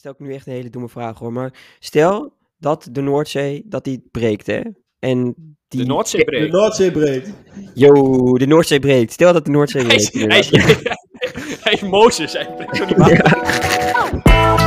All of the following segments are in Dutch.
Stel ik nu echt een hele domme vraag hoor, maar stel dat de Noordzee, dat die breekt hè. En die... De Noordzee breekt. De Noordzee breekt. Yo, de Noordzee breekt. Stel dat de Noordzee breekt. Hij is Mozes, hij breekt zo niet water.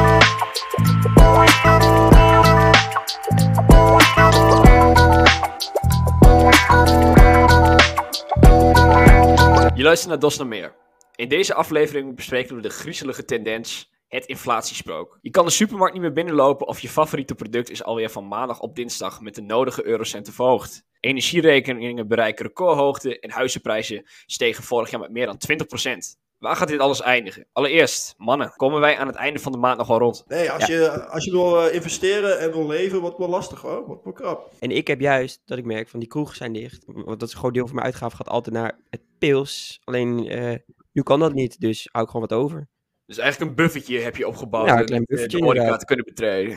Je luistert naar Dos naar Meer. In deze aflevering bespreken we de griezelige tendens, het inflatiesprook. Je kan de supermarkt niet meer binnenlopen of je favoriete product is alweer van maandag op dinsdag met de nodige eurocenten verhoogd. Energierekeningen bereiken recordhoogte en huizenprijzen stegen vorig jaar met meer dan 20%. Waar gaat dit alles eindigen? Allereerst, mannen, komen wij aan het einde van de maand nog wel rond? Nee, als je wil investeren en wil leven, wordt het wel lastig hoor. Wordt wel krap. En ik heb juist dat ik merk van die kroegen zijn dicht. Want dat is een groot deel van mijn uitgaven gaat altijd naar het pils. Alleen nu kan dat niet, dus hou ik gewoon wat over. Dus eigenlijk een buffertje heb je opgebouwd Ja, een om klein buffertje de horeca inderdaad. te kunnen betreden.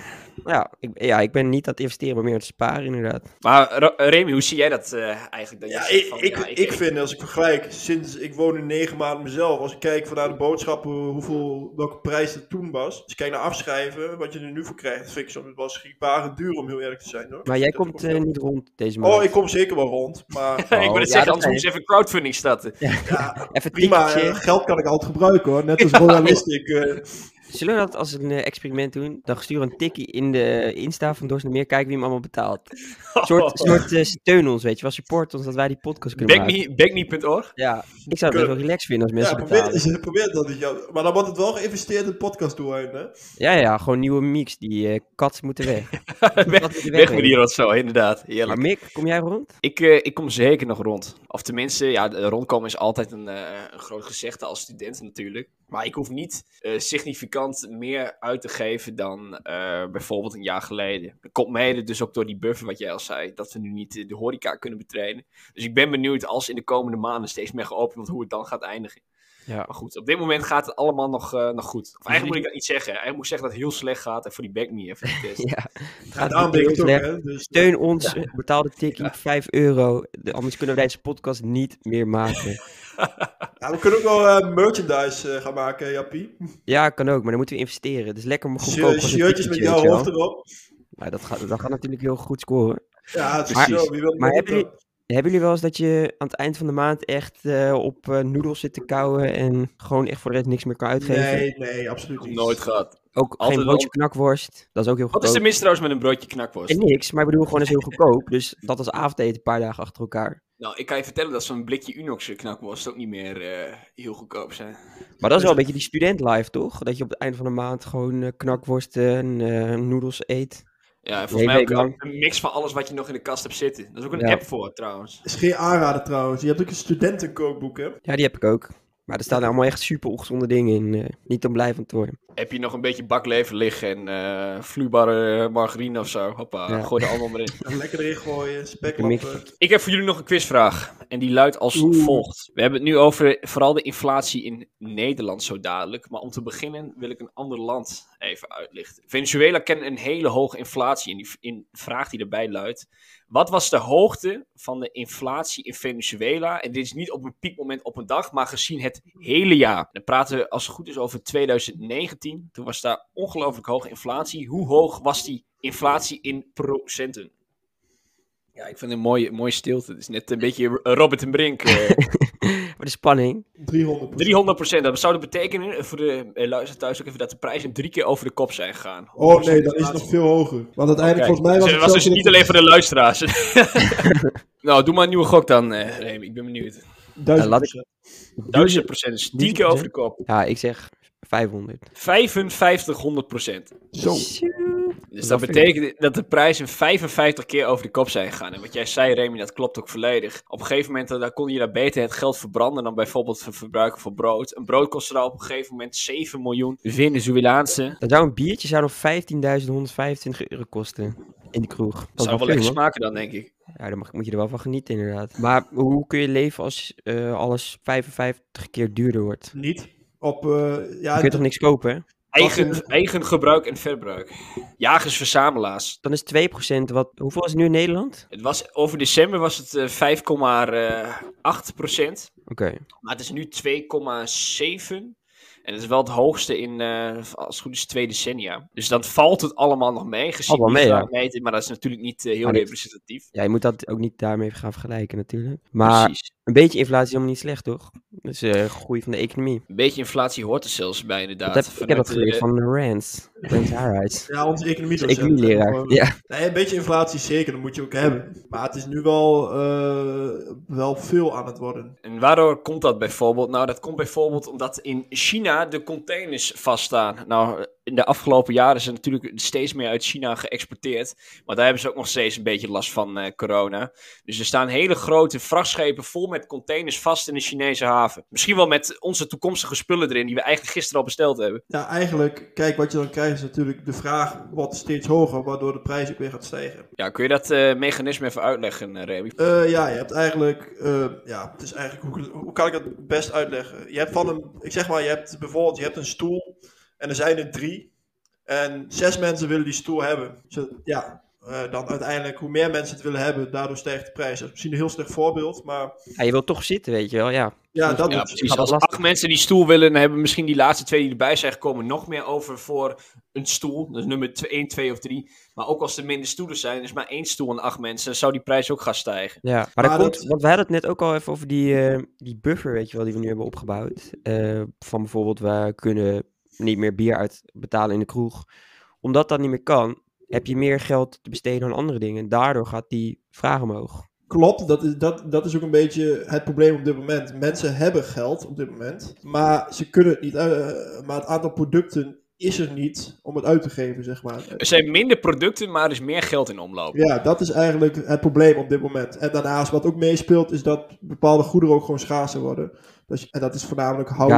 Ik ben niet aan het investeren, maar meer aan het sparen inderdaad. Maar Remy, hoe zie jij dat eigenlijk? Dat je Ja, zegt van, ik vind, als ik vergelijk, sinds ik woon nu 9 maanden mezelf, als ik kijk vanuit de boodschappen welke prijs het toen was. Als ik kijk naar afschrijven, wat je er nu voor krijgt, dat vind ik soms wel schrikbarend duur om heel eerlijk te zijn hoor. Maar jij komt niet rond deze maand. Oh, ik kom zeker wel rond, maar ik wil het ja, zeggen, dat anders moet je even crowdfunding starten. ja, Even prima, ticketje. geld kan ik altijd gebruiken hoor, net als Royalistic. Zullen we dat als een experiment doen? Dan sturen we een tikkie in de Insta van Dos naar Meer, kijken wie hem allemaal betaalt. Een soort steun ons, weet je wel, support ons, dat wij die podcast kunnen maken. Backme.org? Ja, ik zou het best wel relaxed vinden als mensen betalen. Probeer dat niet. Maar dan wordt het wel geïnvesteerd in het podcastdoeleinde, hè? Ja, gewoon nieuwe mix, die kat moeten weg. Weg met hier wat zo, inderdaad. Heerlijk. Maar Mick, kom jij rond? Ik kom zeker nog rond. Of tenminste, ja, rondkomen is altijd een groot gezegde als student natuurlijk. Maar ik hoef niet significant meer uit te geven dan bijvoorbeeld een jaar geleden. Dat komt mede dus ook door die buffer wat jij al zei, dat we nu niet de horeca kunnen betreden. Dus ik ben benieuwd als in de komende maanden steeds meer geopend wordt, hoe het dan gaat eindigen. Ja. Maar goed, op dit moment gaat het allemaal nog goed. Of eigenlijk moet ik dat niet zeggen. Eigenlijk moet ik zeggen dat het heel slecht gaat. En voor die back me even de test. Ja, het Gaat gaat heel toch, slecht. hè? Dus, Steun ons, betaal de tikkie, €5. Anders kunnen we deze podcast niet meer maken. ja, we kunnen ook wel merchandise gaan maken, Jappie. Ja, kan ook, maar dan moeten we investeren. Dus lekker maar goedkoop. als een Shirtjes met tikkietje, jouw weet je hoofd wel. erop. Maar dat gaat natuurlijk heel goed scoren. Ja, het is Maar- zo. Wie wil maar het hebben jullie wel eens dat je aan het eind van de maand echt op noedels zit te kauwen en gewoon echt voor de rest niks meer kan uitgeven? Nee, absoluut niet. Nooit gehad. Ook Altijd geen broodje knakworst, dat is ook heel Wat goedkoop. is er mis trouwens met een broodje knakworst? En niks, maar ik bedoel gewoon is heel goedkoop. Dus dat als avondeten een paar dagen achter elkaar. Nou, ik kan je vertellen dat zo'n blikje Unox knakworst ook niet meer heel goedkoop zijn. Maar dat is wel een beetje die studentlife, toch? Dat je op het einde van de maand gewoon knakworsten en noedels eet. Ja, en volgens Nee, mij ook week lang. een mix van alles wat je nog in de kast hebt zitten. Dat is ook een Ja. app voor trouwens. is geen aanrader trouwens. Je hebt ook een studentenkookboek, hè? Ja, die heb ik ook. Maar er staan allemaal echt super ongezonde dingen in. Niet om blij van te worden. Heb je nog een beetje baklever liggen en vloeibare margarine of zo? Hoppa, Ja. gooi er allemaal maar in. Even lekker erin gooien, spek Een mix. lappen. Ik heb voor jullie nog een quizvraag. En die luidt als volgt. We hebben het nu over vooral de inflatie in Nederland zo dadelijk. Maar om te beginnen wil ik een ander land even uitlichten. Venezuela kent een hele hoge inflatie. En die vraag die erbij luidt. Wat was de hoogte van de inflatie in Venezuela? En dit is niet op een piekmoment op een dag, maar gezien het hele jaar. Dan praten we als het goed is over 2019. Toen was daar ongelooflijk hoge inflatie. Hoe hoog was die inflatie in procenten? Ja, ik vind het een mooie stilte. Het is net een beetje Robert en Brink. Maar de spanning. 300%. 300%. Dat zou dat betekenen, voor de luisteraars thuis ook even, dat de prijzen 3 keer over de kop zijn gegaan. Oh nee, dat is nog veel hoger. Want uiteindelijk Kijk, volgens mij was dus het dat was dus zelfs niet alleen voor de luisteraars. Nou, doe maar een nieuwe gok dan, Remy. Ik ben benieuwd. 1000%. 1000%. Dus 10 keer over de kop. Ja, ik zeg 500. 5500%. Zo. Dus dat betekent dat de prijzen 55 keer over de kop zijn gegaan. En wat jij zei, Remy, dat klopt ook volledig. Op een gegeven moment daar kon je daar beter het geld verbranden dan bijvoorbeeld verbruiken voor brood. Een brood kostte daar op een gegeven moment 7 miljoen Venezuelaanse. Dan zou een biertje nog €15.125 kosten in de kroeg. Dat Dat zou wel lekker smaken dan, denk ik. Ja, daar moet je er wel van genieten inderdaad. Maar hoe kun je leven als alles 55 keer duurder wordt? Niet. Dan Dan kun je toch niks kopen, hè? Eigen gebruik en verbruik. Jagers-verzamelaars. Dan is 2%, hoeveel is het nu in Nederland? Het was, over december was het 5,8%. Oké. Maar het is nu 2,7%. En het is wel het hoogste in, als het goed is, 2 decennia. Dus dan valt het allemaal nog mee, gezien Valt wel mee, ja. meten, maar dat is natuurlijk niet heel Maar dit- representatief. Ja, je moet dat ook niet daarmee gaan vergelijken natuurlijk. Maar Precies. een beetje inflatie is helemaal niet slecht, toch? Dus groei van de economie. Een beetje inflatie hoort er zelfs bij, inderdaad. Ik heb dat geleerd van Rance Harris. Ja, onze economie. De economieleraar. Ja. Nee, een beetje inflatie zeker, dat moet je ook hebben. Maar het is nu wel veel aan het worden. En waardoor komt dat bijvoorbeeld? Nou, dat komt bijvoorbeeld omdat in China de containers vaststaan. Nou, in de afgelopen jaren is er natuurlijk steeds meer uit China geëxporteerd. Maar daar hebben ze ook nog steeds een beetje last van corona. Dus er staan hele grote vrachtschepen vol met containers vast in de Chinese haven. Misschien wel met onze toekomstige spullen erin, die we eigenlijk gisteren al besteld hebben. Ja, eigenlijk, kijk, wat je dan krijgt is natuurlijk de vraag wordt steeds hoger, waardoor de prijs ook weer gaat stijgen. Ja, kun je dat mechanisme even uitleggen, Remy? Ja, je hebt eigenlijk, het is eigenlijk, hoe kan ik het het best uitleggen? Je hebt je hebt een stoel en er zijn er 3 en 6 mensen willen die stoel hebben. Dan uiteindelijk, hoe meer mensen het willen hebben, daardoor stijgt de prijs. Dat is misschien een heel slecht voorbeeld, maar Ja, je wilt toch zitten, weet je wel, ja. ja, dat Ja, is precies. dat Als lastig. 8 mensen die stoel willen, dan hebben misschien die laatste 2 die erbij zijn gekomen nog meer over voor een stoel. Dus nummer 1, 2 of 3. Maar ook als er minder stoelen zijn, dus maar 1 stoel en 8 mensen, dan zou die prijs ook gaan stijgen. Ja, maar want we hadden het net ook al even over die buffer, weet je wel, die we nu hebben opgebouwd. Van bijvoorbeeld, we kunnen niet meer bier uitbetalen in de kroeg. Omdat dat niet meer kan, heb je meer geld te besteden aan andere dingen. En daardoor gaat die vraag omhoog. Klopt, dat is ook een beetje het probleem op dit moment. Mensen hebben geld op dit moment, maar ze kunnen het niet. Maar het aantal producten is er niet om het uit te geven, zeg maar. Er zijn minder producten, maar er is meer geld in omloop. Ja, dat is eigenlijk het probleem op dit moment. En daarnaast, wat ook meespeelt, is dat bepaalde goederen ook gewoon schaarser worden. En dat is voornamelijk hout,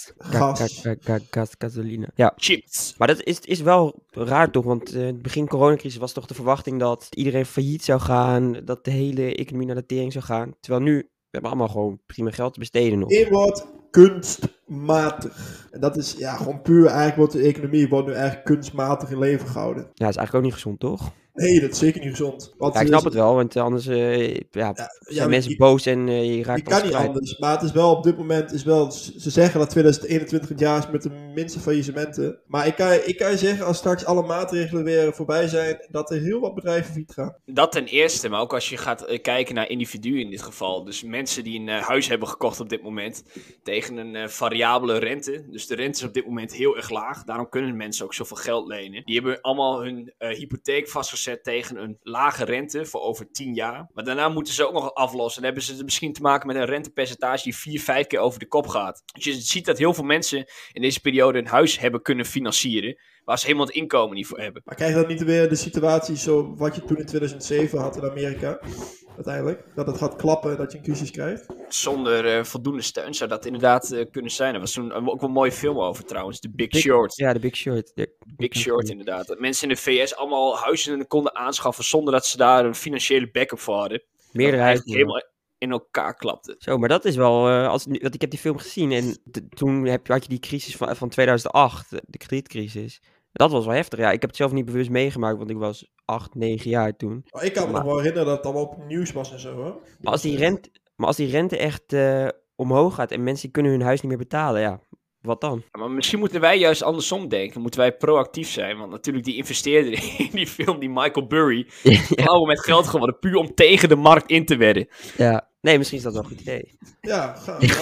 Gasoline. Ja. Chips. Maar dat is wel raar toch, want in het begin coronacrisis was toch de verwachting dat iedereen failliet zou gaan, dat de hele economie naar de tering zou gaan. Terwijl nu, we hebben allemaal gewoon prima geld te besteden nog. Eén woord, kunstmatig. En dat is gewoon puur, eigenlijk wordt de economie nu eigenlijk kunstmatig in leven gehouden. Ja, dat is eigenlijk ook niet gezond, toch? Nee, dat is zeker niet gezond. Want Ja, ik snap het wel, want anders zijn mensen boos en je raakt die kan niet anders, maar het is wel op dit moment, ze zeggen dat 2021 het jaar is met de minste faillissementen. Maar ik kan je zeggen, als straks alle maatregelen weer voorbij zijn, dat er heel wat bedrijven failliet gaan. Dat ten eerste, maar ook als je gaat kijken naar individuen in dit geval. Dus mensen die een huis hebben gekocht op dit moment tegen een variabele rente. Dus de rente is op dit moment heel erg laag, daarom kunnen mensen ook zoveel geld lenen. Die hebben allemaal hun hypotheek vastgezet tegen een lage rente voor over 10 jaar. Maar daarna moeten ze ook nog aflossen. Dan hebben ze misschien te maken met een rentepercentage die 4, 5 keer over de kop gaat. Dus je ziet dat heel veel mensen in deze periode een huis hebben kunnen financieren, waar ze helemaal het inkomen niet voor hebben. Maar krijg je dan niet weer de situatie zo wat je toen in 2007 had in Amerika? Uiteindelijk. Dat het gaat klappen en dat je een crisis krijgt. Zonder voldoende steun zou dat inderdaad kunnen zijn. Er was toen ook wel een mooie film over trouwens. The Big Short. Ja, de Big Short. Big Short inderdaad. Dat mensen in de VS allemaal huizen konden aanschaffen zonder dat ze daar een financiële backup voor hadden. Meerdere huizen. Helemaal in elkaar klapte. Zo, maar dat is wel, want ik heb die film gezien en toen had je die crisis van 2008, de kredietcrisis. Dat was wel heftig, ja. Ik heb het zelf niet bewust meegemaakt, want ik was 8, 9 jaar toen. Maar ik kan me nog wel herinneren dat het allemaal op het nieuws was en zo, hoor. Maar als die rente echt omhoog gaat en mensen kunnen hun huis niet meer betalen, ja, wat dan? Ja, maar misschien moeten wij juist andersom denken. Moeten wij proactief zijn. Want natuurlijk die investeerder in die film, die Michael Burry, klauwen met geld geworden, puur om tegen de markt in te wedden. Ja, nee, misschien is dat wel een goed idee. Ja,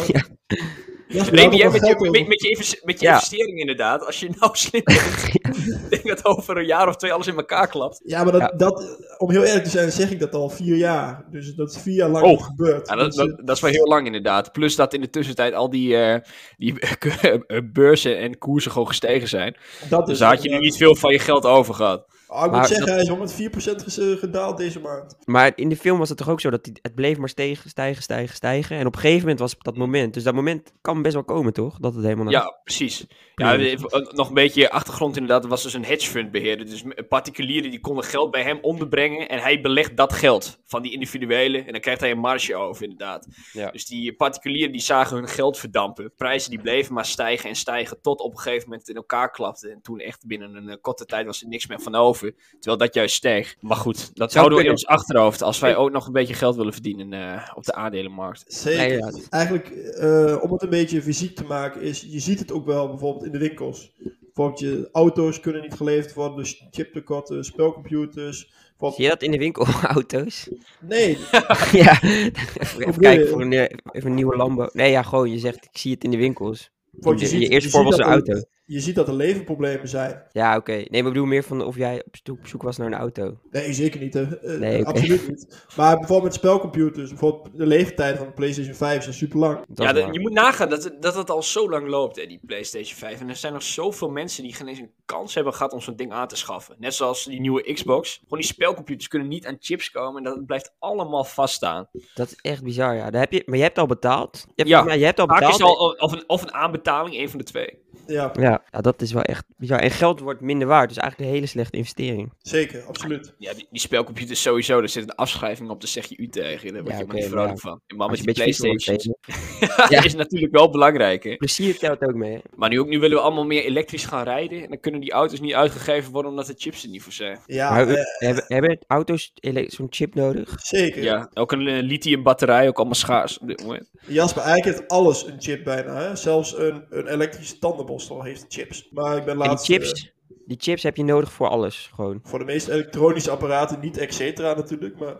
Remy, jij met je investering inderdaad, als je nou slim bent, denk dat over een jaar of 2 alles in elkaar klapt. Ja, maar om heel eerlijk te zijn, zeg ik dat al 4 jaar. Dus dat is 4 jaar lang niet gebeurd. Ja, dat is wel heel lang inderdaad. Plus dat in de tussentijd al die beurzen en koersen gewoon gestegen zijn. Dus daar had je nu niet veel van je geld over gehad. Ik moet zeggen, hij is al met 4% gedaald deze maand. Maar in de film was het toch ook zo dat het bleef maar stijgen. En op een gegeven moment was het dat moment. Dus dat moment kan best wel komen, toch? Dat het helemaal Ja, precies. Ja, nog een beetje achtergrond inderdaad. Er was dus een hedgefundbeheerder. Dus particulieren die konden geld bij hem onderbrengen. En hij belegt dat geld van die individuelen. En dan krijgt hij een marge over inderdaad. Ja. Dus die particulieren die zagen hun geld verdampen. Prijzen die bleven maar stijgen en stijgen. Tot op een gegeven moment in elkaar klapten. En toen echt binnen een korte tijd was er niks meer van over. boven. Terwijl dat juist stijgt. Maar goed, dat Zou houden we in kunnen. ons achterhoofd. Als wij ook nog een beetje geld willen verdienen op de aandelenmarkt. Zeker. Nee, ja. Eigenlijk, om het een beetje fysiek te maken, je ziet het ook wel bijvoorbeeld in de winkels. Bijvoorbeeld je auto's kunnen niet geleverd worden, dus chiptekorten, spelcomputers. Zie je dat in de winkel, auto's? Nee, Ja, even bedoel kijken je? voor even een nieuwe Lambo. Nee, ja, gewoon, je zegt, ik zie het in de winkels. bijvoorbeeld Je eerste voorbeeld is een auto. Je ziet dat er leverproblemen zijn. Ja, oké. Nee, maar ik bedoel meer van of jij op zoek was naar een auto. Nee, zeker niet. Nee, oké. Absoluut niet. Maar bijvoorbeeld met spelcomputers, bijvoorbeeld de leeftijden van de PlayStation 5 zijn super lang. Dat Ja, is waar. je moet nagaan dat het al zo lang loopt, hè, die PlayStation 5. En er zijn nog zoveel mensen die geen eens een kans hebben gehad om zo'n ding aan te schaffen. Net zoals die nieuwe Xbox. Gewoon die spelcomputers kunnen niet aan chips komen en dat blijft allemaal vaststaan. Dat is echt bizar, ja. Maar je hebt al betaald. Ja, je hebt al Vaak is betaald. het al of een aanbetaling, een van de twee. Ja, Ja, dat is wel echt bizar. En geld wordt minder waard, dus eigenlijk een hele slechte investering. zeker, absoluut. Ja, die spelcomputers sowieso, er zit een afschrijving op, daar zeg je u tegen. Daar word je Ja, helemaal niet oké, vrolijk maar van. En man Als met je je een beetje fietsen wil PlayStation spelen. is natuurlijk wel belangrijk, hè. Plezier telt ook mee, hè? Maar nu willen we allemaal meer elektrisch gaan rijden. En dan kunnen die auto's niet uitgegeven worden omdat de chips er niet voor zijn. Ja, Maar hebben auto's zo'n chip nodig? zeker. Ja, ook een lithium batterij, ook allemaal schaars op dit moment. Jasper, eigenlijk heeft alles een chip bijna. Hè? Zelfs een elektrische tandenborstel heeft chips. Maar ik ben En laatst... die chips heb je nodig voor alles, gewoon. voor de meeste elektronische apparaten, niet et cetera natuurlijk, maar...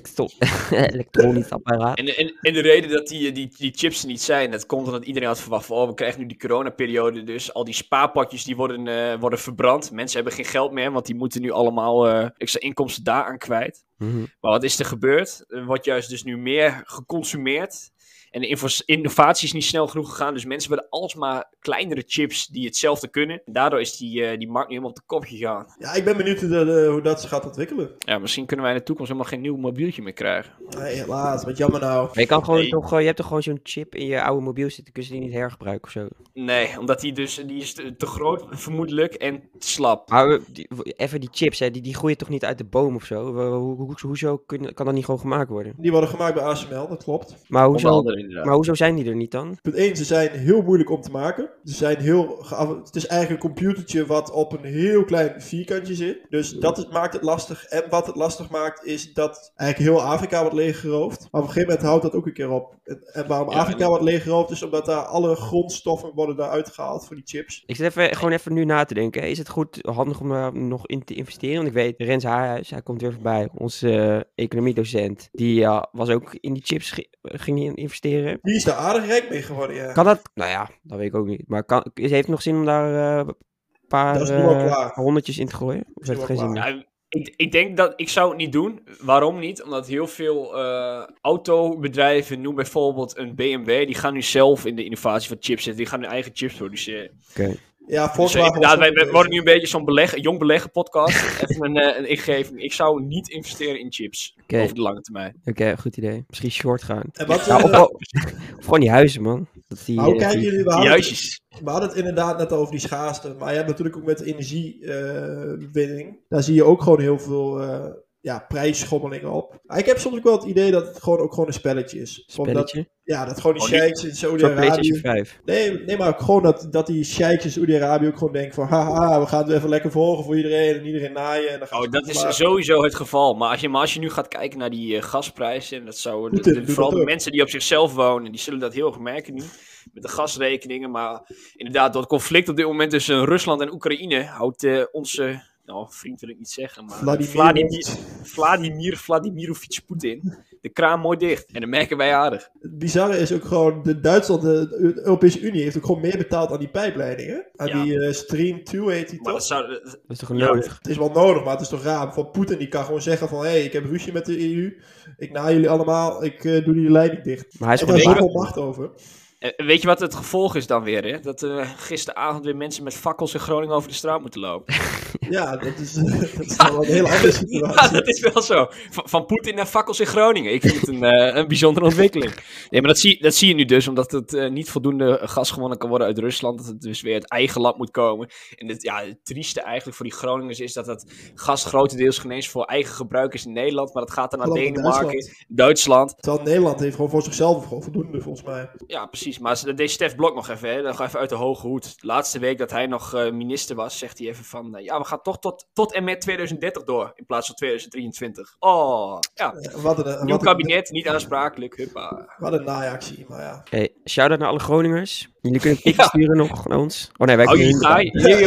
Elektronisch apparaat. En de reden dat die chips er niet zijn, dat komt omdat iedereen had verwacht van, we krijgen nu die coronaperiode, dus al die spaarpotjes die worden verbrand. Mensen hebben geen geld meer, want die moeten nu allemaal extra inkomsten daaraan kwijt. Mhm. Maar wat is er gebeurd? Er wordt juist dus nu meer geconsumeerd. En de innovatie is niet snel genoeg gegaan. Dus mensen willen alsmaar kleinere chips die hetzelfde kunnen. En daardoor is die markt nu helemaal op de kop gegaan. Ja, ik ben benieuwd hoe dat zich gaat ontwikkelen. Ja, misschien kunnen wij in de toekomst helemaal geen nieuw mobieltje meer krijgen. Nee, helaas, wat jammer nou. Maar je kan gewoon Nee. je hebt toch gewoon zo'n chip in je oude mobiel zitten, kun je die niet hergebruiken of zo. Nee, omdat die is te groot vermoedelijk en te slap. Maar even die chips, hè, die groeien toch niet uit de boom of zo? Hoezo kan dat niet gewoon gemaakt worden? Die worden gemaakt bij ASML, dat klopt. Maar Onder andere inderdaad. hoezo zijn die er niet dan? Punt 1, ze zijn heel moeilijk om te maken. Het is eigenlijk een computertje wat op een heel klein vierkantje zit. Dus dat maakt het lastig. En wat het lastig maakt is dat eigenlijk heel Afrika wordt leeggeroofd. Maar op een gegeven moment houdt dat ook een keer op. En waarom Ja, Afrika wordt leeggeroofd is omdat daar alle grondstoffen worden daaruit gehaald voor die chips. Ik zit gewoon even nu na te denken. Is het handig om daar nog in te investeren? Want ik weet, Rens Haarhuis, hij komt weer voorbij. Onze economiedocent. Die was ook in die chips ging die investeren. Die is daar aardig rijk mee geworden, ja. Kan dat? Nou ja, dat weet ik ook niet. Maar heeft het nog zin om daar een paar Dat is nu wel klaar. honderdjes in te gooien? Of heeft het geen nu wel zin meer? Ja, ik denk dat ik zou het niet doen. Waarom niet? Omdat heel veel autobedrijven, noem bijvoorbeeld een BMW, die gaan nu zelf in de innovatie van chips zitten. Die gaan hun eigen chips produceren. Oké. Ja, Dus Volkswagen inderdaad, was ook wij een worden nu een beetje zo'n jong beleggen podcast. Even een ingeving. Ik zou niet investeren in chips. Oké. Over de lange termijn. Oké, goed idee. Misschien short gaan. En wat, Ja, of gewoon die huizen, man. Dat die, maar hoe kijken jullie? Juistjes. We hadden het inderdaad net over die schaarste. Maar je hebt natuurlijk ook met de energiewinning. Daar zie je ook gewoon heel veel prijsschommelingen op. Maar ik heb soms ook wel het idee dat het ook gewoon een spelletje is. spelletje. Dat gewoon die Oh, niet- sheiks in Voor PlayStation Saudi-Arabië... 5. Nee, maar ook gewoon dat die sheiks in Saudi-Arabië ook gewoon denken van... Haha, we gaan het even lekker volgen voor iedereen en iedereen naaien. En dan gaat Oh, het dat goed is maken. sowieso het geval. Maar als je nu gaat kijken naar die gasprijzen, en dat zou Poetin doet vooral dat de ook. mensen die op zichzelf wonen, die zullen dat heel erg merken nu. Met de gasrekeningen. Maar inderdaad, dat conflict op dit moment tussen Rusland en Oekraïne houdt onze... Nou, vriend wil ik niet zeggen, maar Vladimir Vladimirovic Poetin de kraan mooi dicht. En dat merken wij aardig. Het bizarre is ook gewoon... de Europese Unie heeft ook gewoon meer betaald aan die pijpleidingen. Aan Ja. die Stream 2 heet die Maar toch? dat Dat is toch Ja. nodig? Het is wel nodig, maar het is toch raar. Van Poetin die kan gewoon zeggen van... Hé, ik heb ruzie met de EU. Ik naai jullie allemaal. Ik doe die leiding dicht. Maar hij is En gewoon daar is weet je zoveel macht over. weet je wat het gevolg is dan weer? Hè? Dat gisteravond weer mensen met fakkels in Groningen over de straat moeten lopen. Ja, dat is wel een hele andere Ja, situatie. dat is wel zo. Van Poetin naar fakkels in Groningen. Ik vind het een bijzondere ontwikkeling. Nee, maar dat zie je nu dus, omdat het niet voldoende gas gewonnen kan worden uit Rusland. Dat het dus weer uit eigen land moet komen. En het trieste eigenlijk voor die Groningers is dat het gas grotendeels geen eens voor eigen gebruik is in Nederland. Maar dat gaat dan naar Gewoon naar Denemarken, Duitsland. Terwijl Nederland heeft gewoon voor zichzelf gewoon voldoende, volgens mij. Ja, precies. Maar dat deed Stef Blok nog even, hè. Dan ga even uit de hoge hoed. De laatste week dat hij nog minister was, zegt hij even van... ja, we gaat toch tot en met 2030 door, in plaats van 2023. Oh, ja. Nieuw kabinet, niet aansprakelijk, huppa. Wat een naaiactie, maar ja. Hey, shout-out naar alle Groningers. Jullie kunnen een tikje sturen nog aan ons. Oh nee, wij kunnen jullie niet.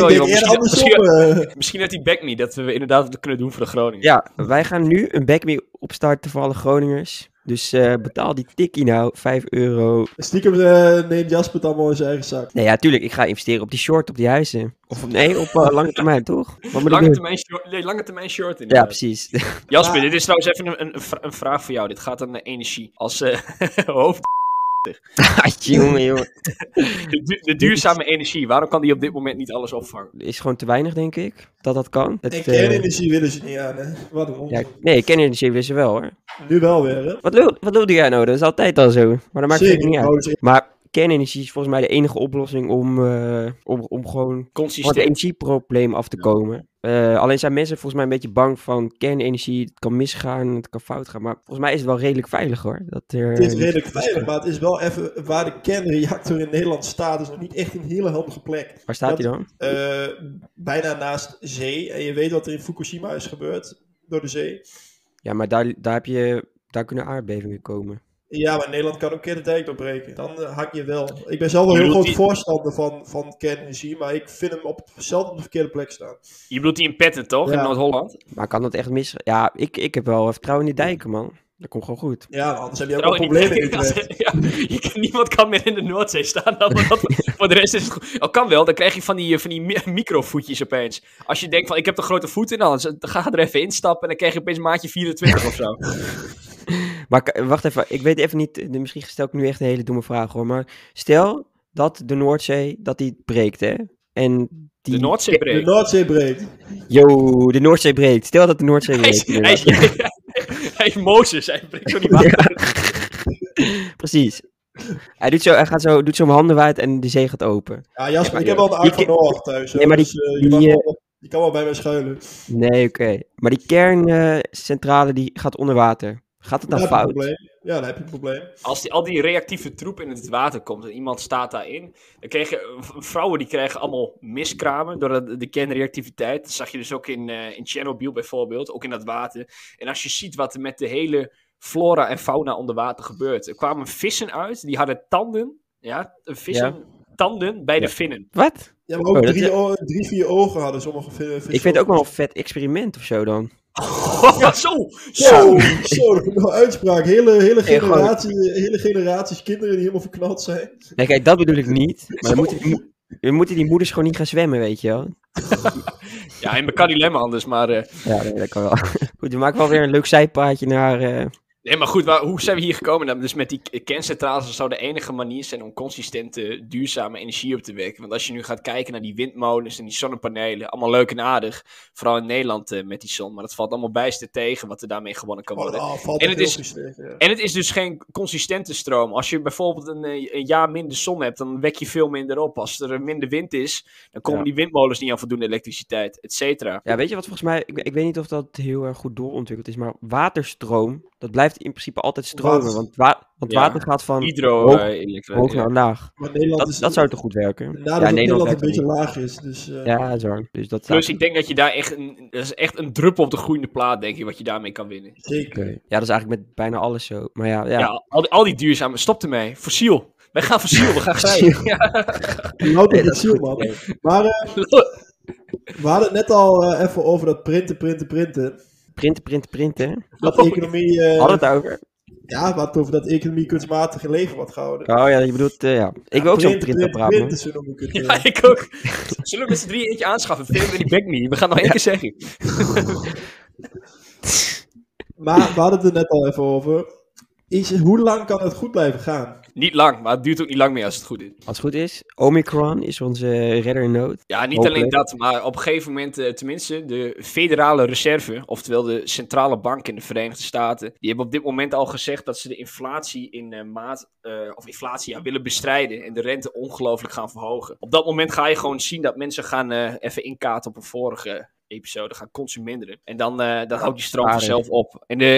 Misschien heeft die back me dat we inderdaad wat kunnen doen voor de Groningen. Ja, wij gaan nu een back me opstarten voor alle Groningers. Dus betaal die tikkie nou, €5. Stiekem neemt Jasper het allemaal in zijn eigen zak. Nee, ja, tuurlijk. Ik ga investeren op die short, op die huizen. Of op lange termijn, toch? Wat moet Lange termijn short in. Ja, precies. Jasper, dit is trouwens even een vraag voor jou. Dit gaat aan energie. Als hoofd... jongen. De duurzame energie, waarom kan die op dit moment niet alles opvangen? Is gewoon te weinig, denk ik, dat kan. En kernenergie willen ze niet aan, hè? Wat een onzin. Ja, nee, kernenergie willen ze wel, hoor. Nu wel weer, hè? Wat wilde jij nou? Dat is altijd al zo. Maar dat maakt het niet uit. Maar kernenergie is volgens mij de enige oplossing om gewoon van het energieprobleem af te komen. Alleen zijn mensen volgens mij een beetje bang van kernenergie. Het kan misgaan, het kan fout gaan. Maar volgens mij is het wel redelijk veilig, hoor. Het is redelijk veilig, maar het is wel even... Waar de kernreactor in Nederland staat, is nog niet echt een hele handige plek. Waar staat die dan? Bijna naast zee. En je weet wat er in Fukushima is gebeurd door de zee. Ja, maar daar kunnen aardbevingen komen. Ja, maar Nederland kan ook een keer de dijk doorbreken. Dan hak je wel. Ik ben zelf wel heel groot voorstander van kernenergie, maar ik vind hem zelf op de verkeerde plek staan. Je bedoelt die in Petten, toch? Ja. In Noord-Holland? Maar kan dat echt mis? Ja, ik heb wel vertrouwen in die dijken, man. Dat komt gewoon goed. Ja, anders heb je ook wel problemen in Utrecht. Niemand kan meer in de Noordzee staan. Voor de rest is het goed. Oh, kan wel. Dan krijg je van die microvoetjes opeens. Als je denkt van, ik heb de grote voeten, dan ga er even instappen en dan krijg je opeens maatje 24 of zo. Maar wacht even, ik weet even niet, misschien stel ik nu echt een hele domme vraag, hoor. Maar stel dat de Noordzee, dat die breekt, hè? En de Noordzee breekt? De Noordzee breekt. Yo, de Noordzee breekt. Stel dat de Noordzee breekt. Hij is Mozes, hij breekt zo niet water. Precies. Hij doet zo mijn handen wijd en de zee gaat open. Ja, Jasper, ik heb wel de Ark van Noach thuis. Nee, maar die kan wel bij mij schuilen. Nee, oké. Maar die kerncentrale die gaat onder water. Gaat het dan fout? Ja, dan heb je een probleem. Als al die reactieve troep in het water komt en iemand staat daarin, dan krijg je vrouwen die krijgen allemaal miskramen door de kernreactiviteit. Dat zag je dus ook in Chernobyl bijvoorbeeld, ook in dat water. En als je ziet wat er met de hele flora en fauna onder water gebeurt. Er kwamen vissen uit, die hadden tanden. Ja, tanden bij de vinnen. Wat? Ja, maar ook 3-4 ogen hadden sommige vissen. Ik vind het ook wel een vet experiment of zo dan. Zo, nog uitspraak. Hele generaties kinderen die helemaal verknald zijn. Nee, kijk, dat bedoel ik niet. Maar dan moeten die moeders gewoon niet gaan zwemmen, weet je wel. Ja, in mijn dilemma anders, maar... Ja, nee, dat kan wel. Goed, we maken wel weer een leuk zijpaadje naar... Nee, maar goed, hoe zijn we hier gekomen? Dus met die kerncentrales zou de enige manier zijn om consistente, duurzame energie op te wekken. Want als je nu gaat kijken naar die windmolens en die zonnepanelen, allemaal leuk en aardig. Vooral in Nederland met die zon. Maar dat valt allemaal bijster tegen wat er daarmee gewonnen kan worden. En het is dus geen consistente stroom. Als je bijvoorbeeld een jaar minder zon hebt, dan wek je veel minder op. Als er minder wind is, dan komen die windmolens niet aan voldoende elektriciteit, et cetera. Ja, weet je wat volgens mij, ik weet niet of dat heel erg goed doorontwikkeld is, maar waterstroom, dat blijft in principe altijd stromen, want water gaat van hoog naar laag. Maar dat zou toch goed werken? Nederland een beetje laag is. Dus, ja, zo. Dus plus ik denk dat je daar dat is echt een druppel op de groeiende plaat, denk je, wat je daarmee kan winnen. Zeker. Ja, dat is eigenlijk met bijna alles zo. Maar ja. Al die duurzame, stop ermee. Fossiel. Wij gaan fossiel, we gaan grijpen. Houdt het fossiel, man. Maar we hadden het net al even over dat printen. Printen. Dat economie... Hadden we het over? Ja, we hadden het over dat economie kunstmatig in leven wordt gehouden. Oh ja, je bedoelt, ja. Ik wil ook zo'n printapparaat. Ja, ik ook. Zullen we met z'n drieën eentje aanschaffen? Vinden we die back niet? We gaan nog één keer zeggen. Maar we hadden het er net al even over. Hoe lang kan het goed blijven gaan? Niet lang, maar het duurt ook niet lang meer als het goed is. Als het goed is, Omicron is onze redder in nood. Ja, niet alleen dat, maar op een gegeven moment, tenminste, de Federale Reserve, oftewel de centrale bank in de Verenigde Staten, die hebben op dit moment al gezegd dat ze de inflatie willen bestrijden en de rente ongelooflijk gaan verhogen. Op dat moment ga je gewoon zien dat mensen gaan even inkaarten op een vorige episode, gaan consumeren. En dan houdt die stroom vanzelf op. En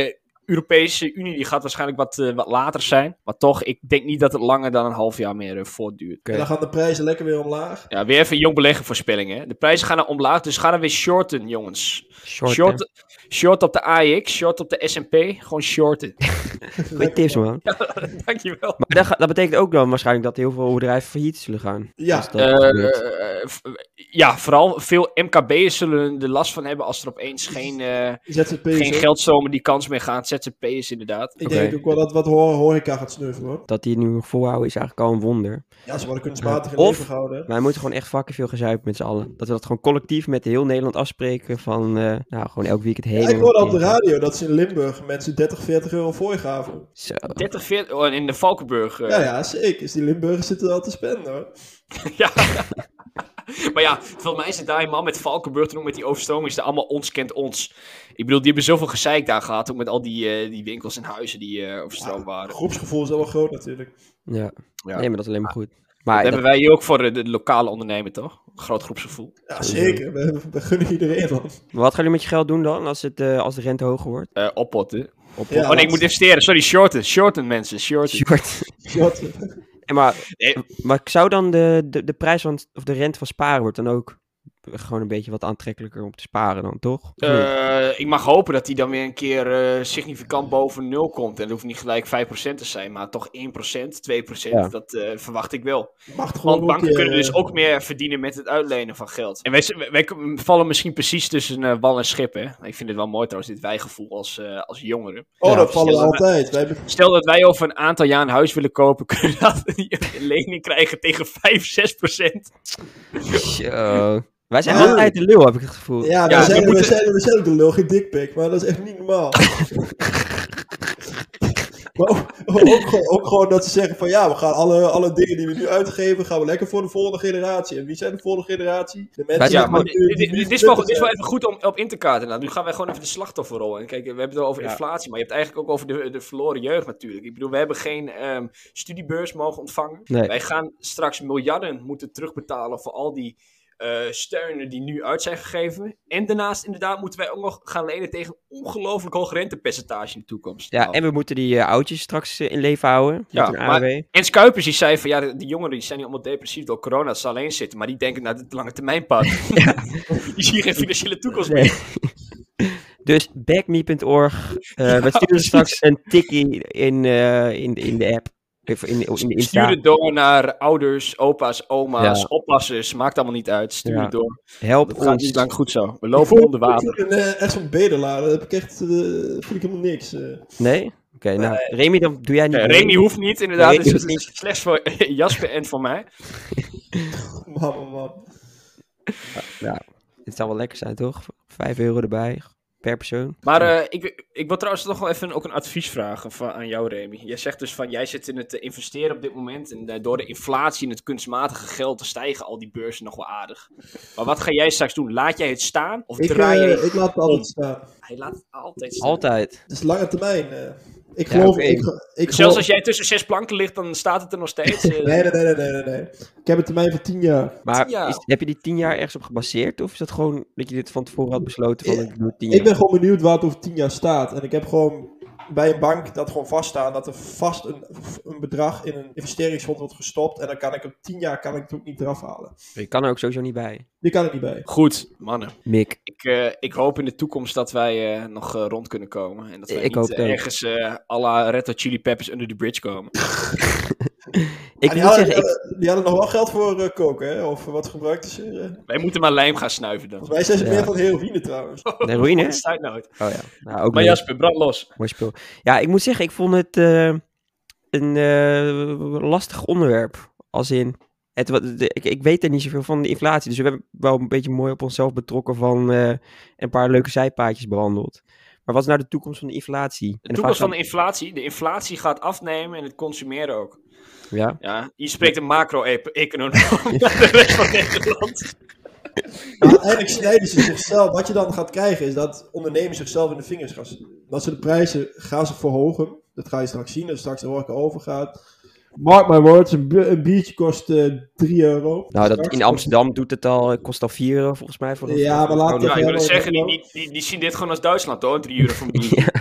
Europese Unie die gaat waarschijnlijk wat later zijn. Maar toch, ik denk niet dat het langer dan een half jaar meer voortduurt. En dan gaan de prijzen lekker weer omlaag. Ja, weer even jong beleggenvoorspellingen. Hè. De prijzen gaan naar omlaag, dus gaan er weer shorten, jongens. Short op de AEX, short op de S&P. Gewoon shorten. Goeie tips, man. Ja, dankjewel. Maar dat betekent ook dan waarschijnlijk dat heel veel bedrijven failliet zullen gaan. Ja. Als dat gebeurt. Ja, vooral veel MKB'ers zullen er last van hebben als er opeens geen ZZP'ers. geldstromen die kans meer gaan. ZZP'ers inderdaad. Ik denk ook wel dat wat horeca gaat sneuvelen, hoor. Dat die nu nog volhouden is eigenlijk al een wonder. Ja, ze worden kunstmatig in Of- leven gehouden. Wij moeten gewoon echt fucking veel gezuipen met z'n allen. Dat we dat gewoon collectief met heel Nederland afspreken van, gewoon elk weekend heen. Ja, ik hoorde op de radio dat ze in Limburg mensen 30, 40 euro fooi gaven. Zo. 30, 40... Oh, en in de Valkenburg. Ja, zeker. Dus die Limburgers zitten al te spenden, hoor. Ja. Maar ja, volgens mij is het daar een man met Valkenburg toen ook met die overstroming. Is er allemaal ons kent ons. Ik bedoel, die hebben zoveel gezeik daar gehad. Ook met al die winkels en huizen die overstroomd waren. Groepsgevoel is wel wel groot, natuurlijk. Ja. Ja. Nee, maar dat is alleen maar goed. Dat Maar hebben wij hier ook voor de lokale ondernemer, toch? Een groot groepsgevoel. Ja, zeker. We gunnen iedereen, man. maar wat gaan jullie met je geld doen dan als de rente hoger wordt? Oppotten. Ja, Oh nee, ik moet investeren. Sorry, shorten. Shorten, mensen. Shorten. Short. Wat? En maar Nee. zou dan de prijs van, of de rente van sparen wordt dan ook gewoon een beetje wat aantrekkelijker om te sparen dan, toch? Ik mag hopen dat die dan weer een keer significant boven 0 komt. En dat hoeft niet gelijk 5% te zijn, maar toch 1%, 2%. Ja. Dat verwacht ik wel. Mag toch gewoon Want banken een keer, kunnen dus ook meer verdienen met het uitlenen van geld. En wij vallen misschien precies tussen wal en schip, hè. Ik vind het wel mooi trouwens, dit wijgevoel als jongeren. Oh, Ja, dat vallen we stel- altijd. Wij hebben... Stel dat wij over een aantal jaar een huis willen kopen, kunnen we dat een lening krijgen tegen 5-6%. Zo. Wij zijn Ja. altijd de lul, heb ik het gevoel. Ja, Ja, we we zijn ook de lul, geen dikpik, maar dat is echt niet normaal. Maar ook gewoon dat ze zeggen van ja, we gaan alle dingen die we nu uitgeven, gaan we lekker voor de volgende generatie. En wie zijn de volgende generatie? De mensen Wij zijn Ja, maar gewoon- dit is wel even goed om op in te kaarten. Nou, nu gaan wij gewoon even de slachtofferrol. En kijk, we hebben het over inflatie, maar je hebt het eigenlijk ook over de verloren jeugd natuurlijk. Ik bedoel, we hebben geen studiebeurs mogen ontvangen. Nee. Wij gaan straks miljarden moeten terugbetalen voor al die steunen die nu uit zijn gegeven. En daarnaast inderdaad moeten wij ook nog gaan lenen tegen een ongelooflijk hoog rentepercentage in de toekomst. Ja, Nou, en we moeten die oudjes straks in leven houden. Ja, Met een maar- AOW. En Kuipers die zei van ja, de jongeren die zijn nu allemaal depressief door corona, dat ze alleen zitten. Maar die denken naar het lange termijn pad. Die zien geen financiële toekomst Nee. meer. Dus backme.org. We sturen straks een tikkie in de app. Even in de Insta. Stuur het door naar ouders, opa's, oma's, Ja. oppassers. Maakt allemaal niet uit. Stuur Ja. het door. Help Dat gaat ons. niet lang goed zo. We lopen onder water. Ik voel echt zo'n bedelaar, dat heb ik echt, vind ik helemaal niks. Nee? Oké, nou, Remy, dan doe jij niet mee. Remy hoeft niet, inderdaad. Nee, Dus hoeft het is slechts voor Jasper en voor mij. Man. Ja, het zou wel lekker zijn, toch? €5 erbij, per persoon. Maar ik wil trouwens nog wel even ook een advies vragen aan jou, Remy. Jij zegt dus van, jij zit in het investeren op dit moment. En door de inflatie en het kunstmatige geld te stijgen al die beurzen nog wel aardig. Maar wat ga jij straks doen? Laat jij het staan? Of draai je... Ik laat het altijd staan. Hij laat het altijd staan. Altijd. Het is lange termijn. Ik Ja, geloof... oké. ik Zelfs geloof- als jij tussen 6 planken ligt, dan staat het er nog steeds. Nee. Ik heb een termijn van 10 jaar. Maar 10 jaar. heb je die 10 jaar ergens op gebaseerd? Of is dat gewoon dat je dit van tevoren had besloten van ik doe 10 jaar? Ik ben gewoon benieuwd waar het over 10 jaar staat. En ik heb gewoon bij een bank dat gewoon vaststaan dat er vast een bedrag in een investeringsfonds wordt gestopt. En dan kan ik op 10 jaar het ook niet eraf halen. Je kan er ook sowieso niet bij. Die kan ik niet bij. Goed, mannen. Mick. Ik hoop in de toekomst dat wij nog rond kunnen komen. En dat wij Ik hoop niet het ook. ergens à la Red Hot Chili Peppers under the bridge komen. Ik die, moet hadden, zeggen, die hadden nog wel geld voor koken, hè? Of wat gebruikten ze? Wij moeten maar lijm gaan snuiven dan. Wij zijn ze Ja. meer van heroïne trouwens. de heroïne? Side note. Oh ja, nou, ook Maar leuk. Jasper, brand los. Mooi spul. Ja, ik moet zeggen, ik vond het een lastig onderwerp. Als in, ik weet er niet zoveel van de inflatie. Dus we hebben wel een beetje mooi op onszelf betrokken van een paar leuke zijpaadjes behandeld. Maar wat is nou de toekomst van de inflatie? De toekomst van de inflatie. De inflatie gaat afnemen en het consumeren ook. Ja, Ja, je spreekt een macro-econoom naar de rest van Nederland. Maar uiteindelijk snijden ze zichzelf. Wat je dan gaat krijgen is dat ondernemers zichzelf in de vingers gaan. Dat ze de prijzen gaan verhogen. Dat ga je straks zien als straks de horeca overgaat. Mark my words, een biertje kost 3 euro. nou dat, Straks in Amsterdam doet het al, kost al €4 volgens mij. Voor Ja, maar laat Ja, ik wil Ja, zeggen, die zien dit gewoon als Duitsland hoor, €3 voor een bier.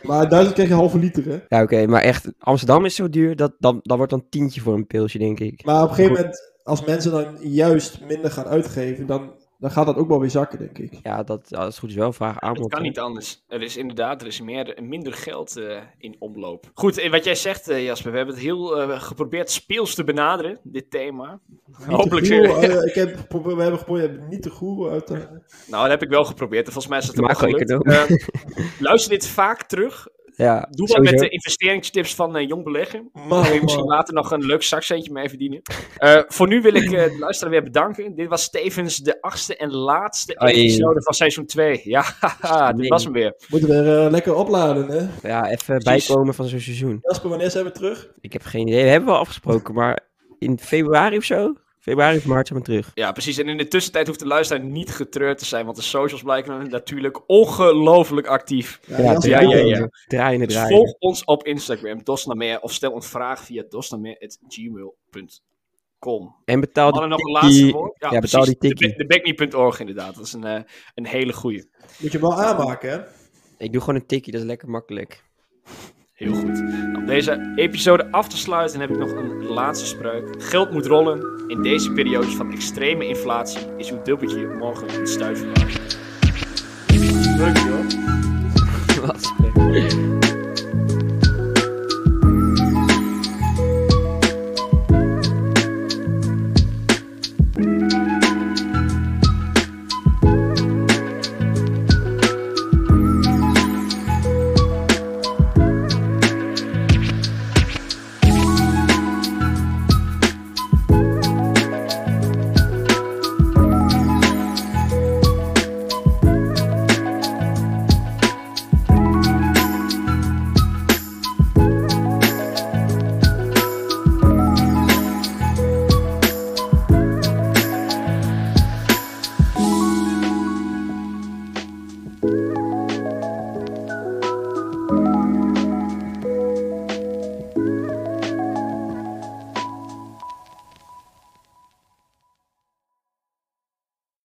Maar in Duitsland krijg je halve liter, hè? Ja, oké, maar echt, Amsterdam is zo duur, dan wordt dan tientje voor een pilsje, denk ik. Maar op een gegeven moment, als mensen dan juist minder gaan uitgeven, dan gaat dat ook wel weer zakken, denk ik. Ja, als het goed is wel vraag aanbod. Het kan niet anders. Er is minder geld in omloop. Goed, wat jij zegt, Jasper, we hebben het heel geprobeerd speels te benaderen, dit thema. Hopelijk. We hebben geprobeerd niet te goeren uit te... Nou, dat heb ik wel geprobeerd. En volgens mij is het Maar wel gelukt. Luister dit vaak terug. Ja, Doe wat met de investeringstips van Jong Beleggen. Daar kun je misschien Man. later nog een leuk zakcentje mee verdienen. Voor nu wil ik de luisteraar weer bedanken. Dit was tevens de 8e en laatste episode van seizoen 2. Ja, dit was hem weer. Moeten weer lekker opladen, hè? Ja, even Precies. bijkomen van zo'n seizoen. Jasper, wanneer zijn we terug? Ik heb geen idee, we hebben wel afgesproken, maar in februari of zo? Februari of maart zijn we terug. Ja, precies. En in de tussentijd hoeft de luisteraar niet getreurd te zijn, want de socials blijken natuurlijk ongelooflijk actief. Jasper, ja. Draaien. Dus volg ons op Instagram, Dosnamer, of stel een vraag via dosnamer@gmail.com. En betaal Hadden die nog een laatste tikkie. woord? Ja, betaal die precies. tikkie. De backme.org inderdaad, dat is een hele goeie. Moet je hem wel aanmaken, hè? Ik doe gewoon een tikkie, dat is lekker makkelijk. Heel goed. Om deze episode af te sluiten heb ik nog een laatste spreuk. Geld moet rollen. In deze periodes van extreme inflatie is uw dubbeltje morgen een stuiver waard. Leuk, joh. Wat spek.